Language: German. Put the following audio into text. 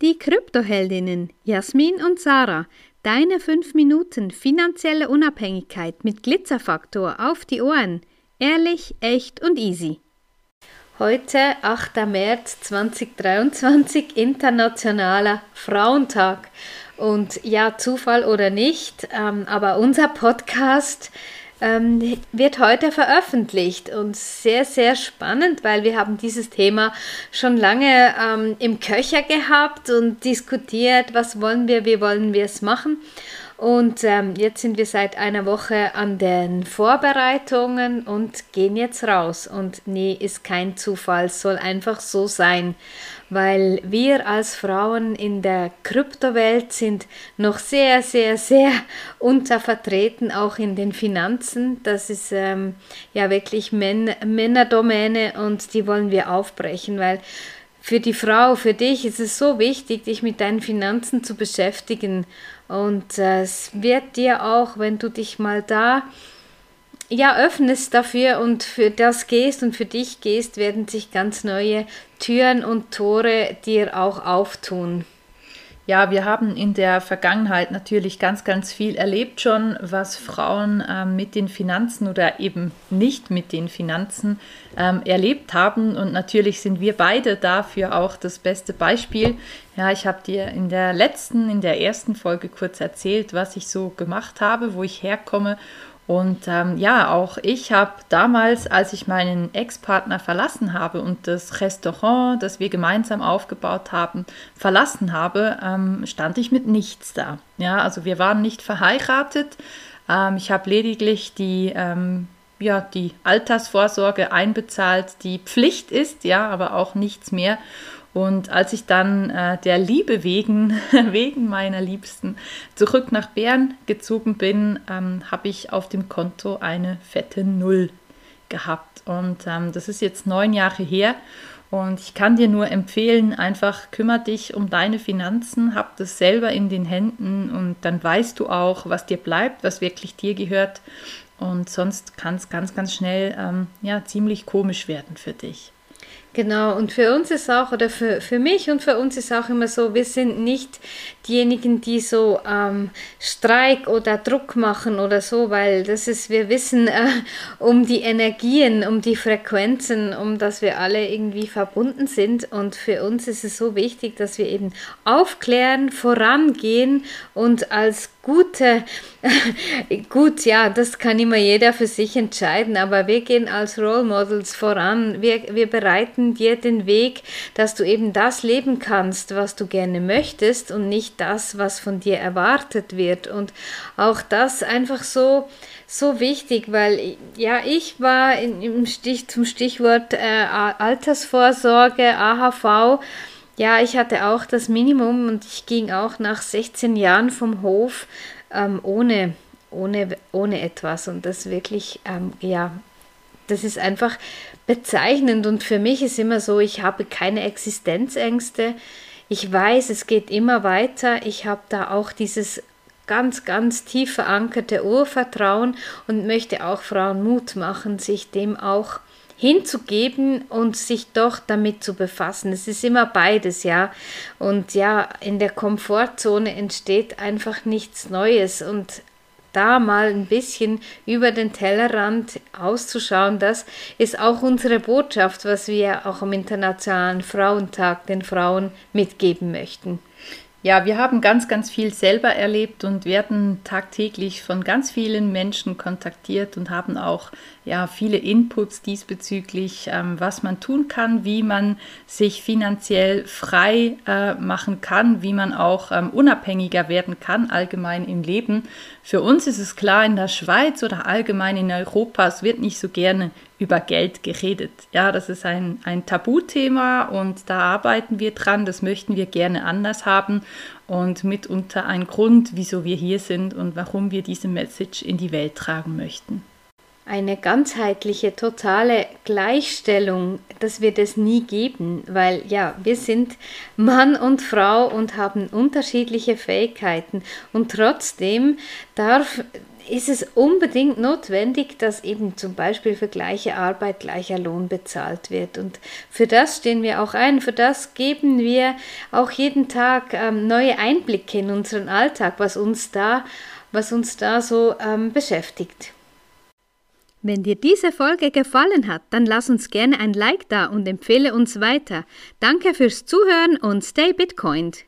Die Kryptoheldinnen Jasmin und Sarah, deine 5 Minuten finanzielle Unabhängigkeit mit Glitzerfaktor auf die Ohren. Ehrlich, echt und easy. Heute, 8. März 2023, Internationaler Frauentag. Und ja, Zufall oder nicht, aber unser Podcast wird heute veröffentlicht und sehr, sehr spannend, weil wir haben dieses Thema schon lange im Köcher gehabt und diskutiert, was wollen wir, wie wollen wir es machen. Und jetzt sind wir seit einer Woche an den Vorbereitungen und gehen jetzt raus. Und nee, ist kein Zufall, es soll einfach so sein, weil wir als Frauen in der Kryptowelt sind noch sehr, sehr, sehr untervertreten, auch in den Finanzen. Das ist ja wirklich Männerdomäne und die wollen wir aufbrechen, weil für die Frau, für dich ist es so wichtig, dich mit deinen Finanzen zu beschäftigen. Und es wird dir auch, wenn du dich mal da öffnest dafür und für das gehst und für dich gehst, werden sich ganz neue Türen und Tore dir auch auftun. Ja, wir haben in der Vergangenheit natürlich ganz, ganz viel erlebt schon, was Frauen mit den Finanzen oder eben nicht mit den Finanzen erlebt haben. Und natürlich sind wir beide dafür auch das beste Beispiel. Ja, ich habe dir in der ersten Folge kurz erzählt, was ich so gemacht habe, wo ich herkomme. Und auch ich habe damals, als ich meinen Ex-Partner verlassen habe und das Restaurant, das wir gemeinsam aufgebaut haben, verlassen habe, stand ich mit nichts da. Ja, also wir waren nicht verheiratet. Ich habe lediglich die Altersvorsorge einbezahlt, die Pflicht ist, ja, aber auch nichts mehr. Und als ich dann der Liebe wegen meiner Liebsten zurück nach Bern gezogen bin, habe ich auf dem Konto eine fette Null gehabt. Und das ist jetzt 9 Jahre her. Und ich kann dir nur empfehlen, einfach kümmere dich um deine Finanzen, hab das selber in den Händen und dann weißt du auch, was dir bleibt, was wirklich dir gehört. Und sonst kann es ganz, ganz schnell ziemlich komisch werden für dich. Genau, und für uns ist auch, oder für mich und für uns ist auch immer so, wir sind nicht diejenigen, die so Streik oder Druck machen oder so, weil wir wissen um die Energien, um die Frequenzen, um dass wir alle irgendwie verbunden sind und für uns ist es so wichtig, dass wir eben aufklären, vorangehen und als gut, ja, das kann immer jeder für sich entscheiden, aber wir gehen als Role Models voran, wir bereiten dir den Weg, dass du eben das leben kannst, was du gerne möchtest und nicht das, was von dir erwartet wird und auch das einfach so wichtig, weil ja, ich war zum Stichwort Altersvorsorge, AHV. Ja, ich hatte auch das Minimum und ich ging auch nach 16 Jahren vom Hof ohne etwas. Und das wirklich, das ist einfach bezeichnend. Und für mich ist immer so, ich habe keine Existenzängste. Ich weiß, es geht immer weiter. Ich habe da auch dieses ganz, ganz tief verankerte Urvertrauen und möchte auch Frauen Mut machen, sich dem auch hinzugeben und sich doch damit zu befassen. Es ist immer beides, ja. Und ja, in der Komfortzone entsteht einfach nichts Neues und da mal ein bisschen über den Tellerrand auszuschauen, das ist auch unsere Botschaft, was wir auch am Internationalen Frauentag den Frauen mitgeben möchten. Ja, wir haben ganz, ganz viel selber erlebt und werden tagtäglich von ganz vielen Menschen kontaktiert und haben auch viele Inputs diesbezüglich, was man tun kann, wie man sich finanziell frei machen kann, wie man auch unabhängiger werden kann, allgemein im Leben. Für uns ist es klar, in der Schweiz oder allgemein in Europa, es wird nicht so gerne über Geld geredet. Ja, das ist ein Tabuthema und da arbeiten wir dran, das möchten wir gerne anders haben und mitunter ein Grund, wieso wir hier sind und warum wir diese Message in die Welt tragen möchten. Eine ganzheitliche, totale Gleichstellung, das wird es nie geben, weil ja, wir sind Mann und Frau und haben unterschiedliche Fähigkeiten und trotzdem darf ist es unbedingt notwendig, dass eben zum Beispiel für gleiche Arbeit gleicher Lohn bezahlt wird. Und für das stehen wir auch ein, für das geben wir auch jeden Tag neue Einblicke in unseren Alltag, was uns da so beschäftigt. Wenn dir diese Folge gefallen hat, dann lass uns gerne ein Like da und empfehle uns weiter. Danke fürs Zuhören und stay Bitcoined!